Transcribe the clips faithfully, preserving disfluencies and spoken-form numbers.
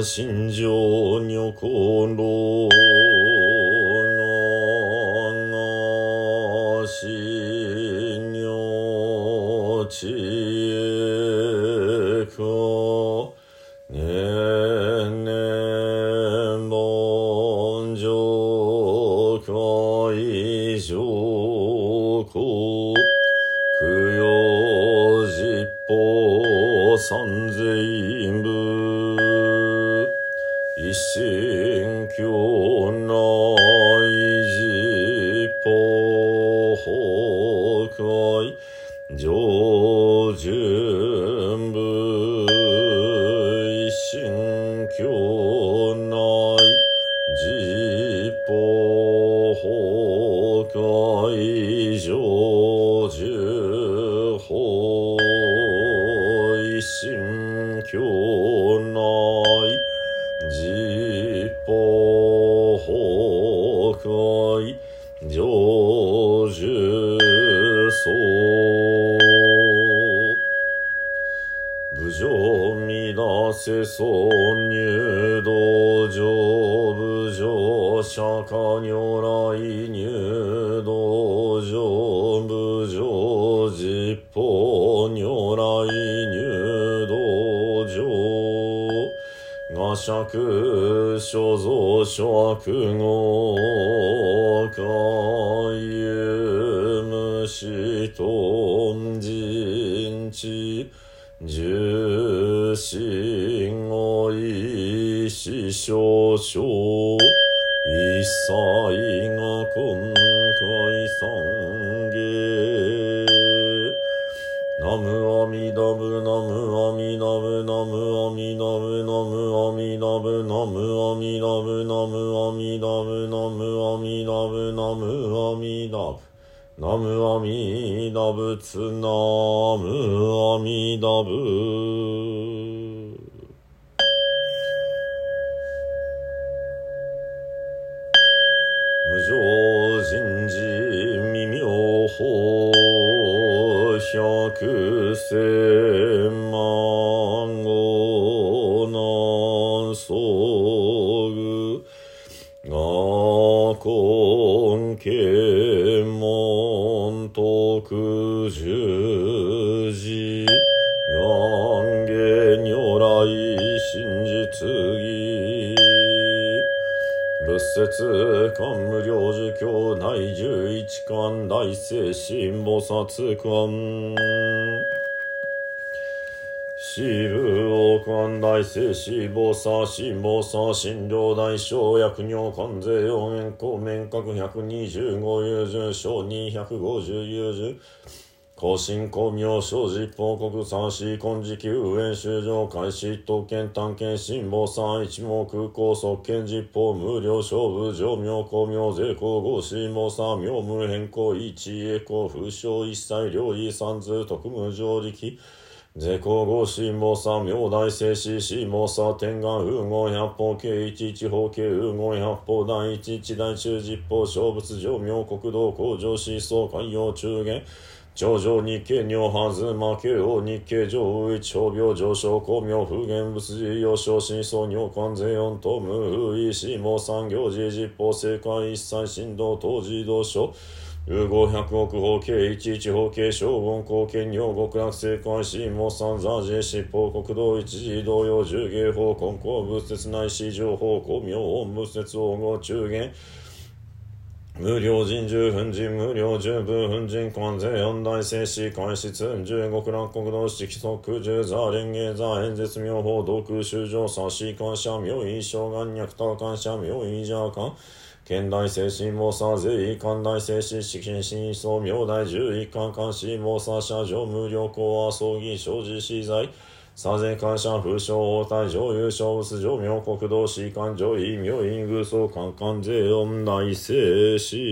心情女心流し女知恵かねんねん盆上海上皇供養実法三千部一心教内実法崩壊上順部一心教内実法崩壊上順法一心教内実法崩壊成就相部上乱せ挿入道場部上釈迦如来入道場部上実法如来入道場我釈所蔵諸悪語海遊無視頓人知重心を意思少々一切が今回三芸ナムアミダブナムアミダブナムアミダブナムアミダブナムアミダブナムアミダブナムアミダブナムアミダブナムアミダブツナムアミダブ無常人事未妙法百千万語難遭遇我根啓門徳十字願下如来真実義仏説観無量寿経内十一観大聖心菩薩観四部王観大聖四菩薩心菩薩心量大小薬尿観税四円光面角百二十五有十小二百五十有十高進光明小実報国三四金時九円修上開始刀剣探検心菩薩一目空港即見実報無料勝負上妙光明税光合心菩薩妙無変更一栄光風商一切領意三通特無上力税光合心菩薩妙大聖子心菩薩天眼風合百法計一一法計風合百法第一一大中実報小仏上妙国道工場思想海洋中元上上日経尿はずま慶応日経上一法病上昇公明不言物事要衝真相尿関税音と無意思も産業時実法正解一切振動当時同書有五百億法計一一法計将軍公権尿極楽正解心も三座寺執法国道一時同様十芸法根高仏説内市情報公明音仏説王語中元無料人十分人無料十分分人関税四大聖子開始十極楽国道七規則十座蓮華座演説妙法道空修上差し感謝妙意正願脈多感謝妙意邪感県大聖子妄想税意関大聖子四金真相妙大十一貫監視妄想者上無料公和葬儀生じ資材左前感謝風商応対上優勝物上妙国道士官上位妙因偶相官官税音大聖子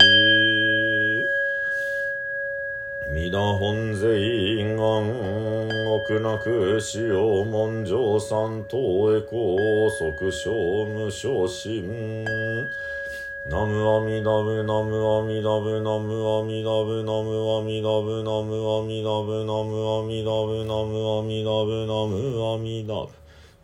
弥陀本税因願奥なく使用文上三等へ高速小無昇進ナムアミダブナムアミダブナムアミダブナムアミダブナムアミダブナムアミダブナムアミダブナムアミダブ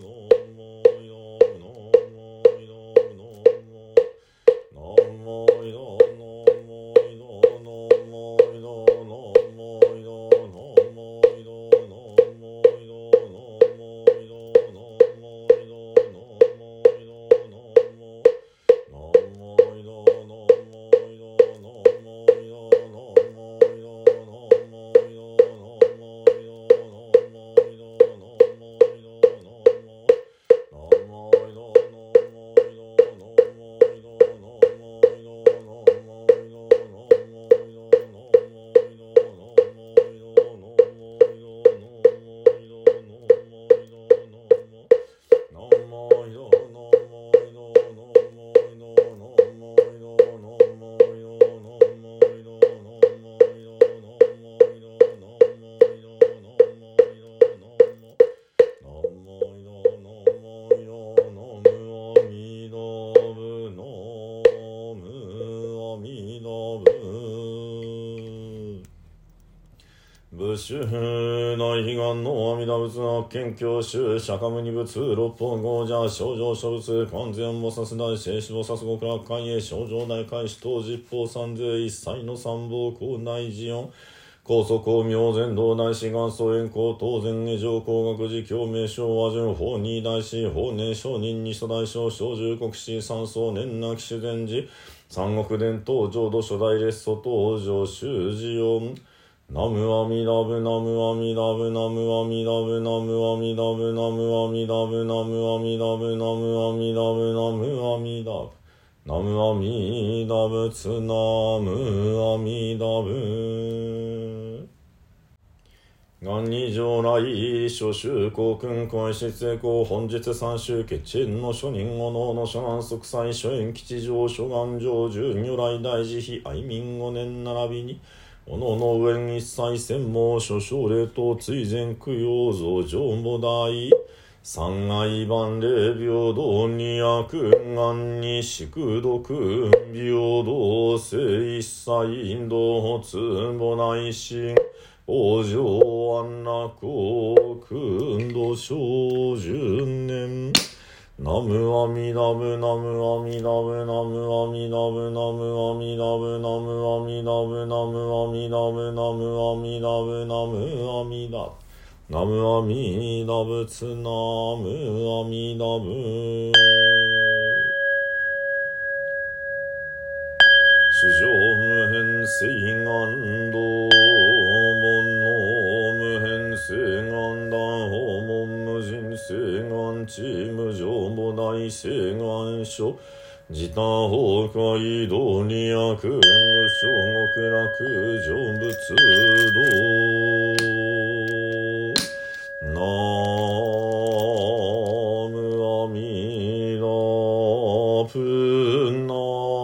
武州内悲願の阿弥陀仏の謙虚宗釈迦牟尼仏六方豪者正常諸仏観世音菩薩大聖子菩薩極楽海へ正常大開始等十方三世一切の三宝高内寺音高祖光明禅道大師元祖円光当然下上工学寺教名称和順法二大師法年上人二祖大将小十国師三宗年那紀修禅寺三国伝統浄土初代列祖登場修寺音ナムアミダブナムアミダブナムアミダブナムアミダブナムアミダブナムアミダブナムアミダブナムアミダブナムアミダブツナムアミダブ元二上来諸州公君公室栄光本日三州決陳の諸人おのの諸南即祭諸縁吉祥諸願成就如来大慈悲愛民五年並びにおのの上一切専門諸奨礼等追善供養増上母大三愛万礼平等二悪願に宿毒平等性一切引導つ母内心往生安楽王君度小十年ナムアミダブナムアミダブナムアミダブナムアミダブナムアミダブナムアミダブナムアミダブナムアミダブナムアミダブツナムアミダブ主上無変性願道煩悩無変性願断訪問無人性願地無常母大性願書自他崩壊道二悪無償極楽成仏道ナムアミダプナ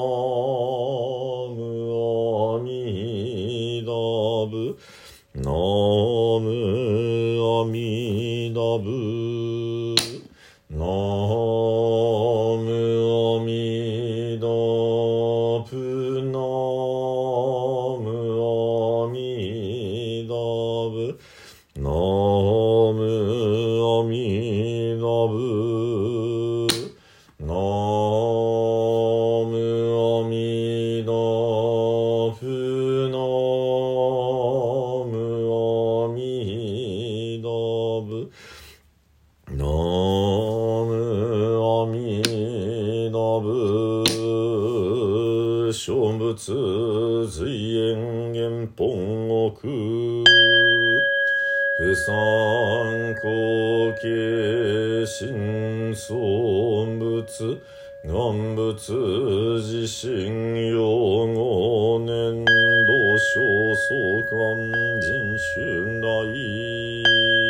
ナムアミダブナムアミダプナムアミダブナムアミダブナムアミダプナナムアミダブ諸仏随縁元本不参考形心存仏願仏自身用語年度小相関人春来。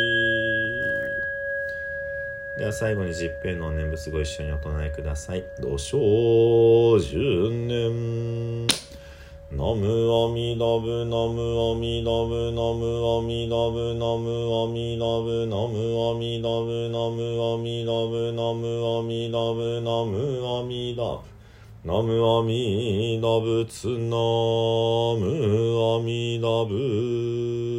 では最後に十平の念仏ご一緒にお唱えください。土生十年ナムアミダブナムアミダブナムアミダブナムアミダブナムアミダブナムアミダブナムアミダブナムアミダブナムアミダブツナムアミダブ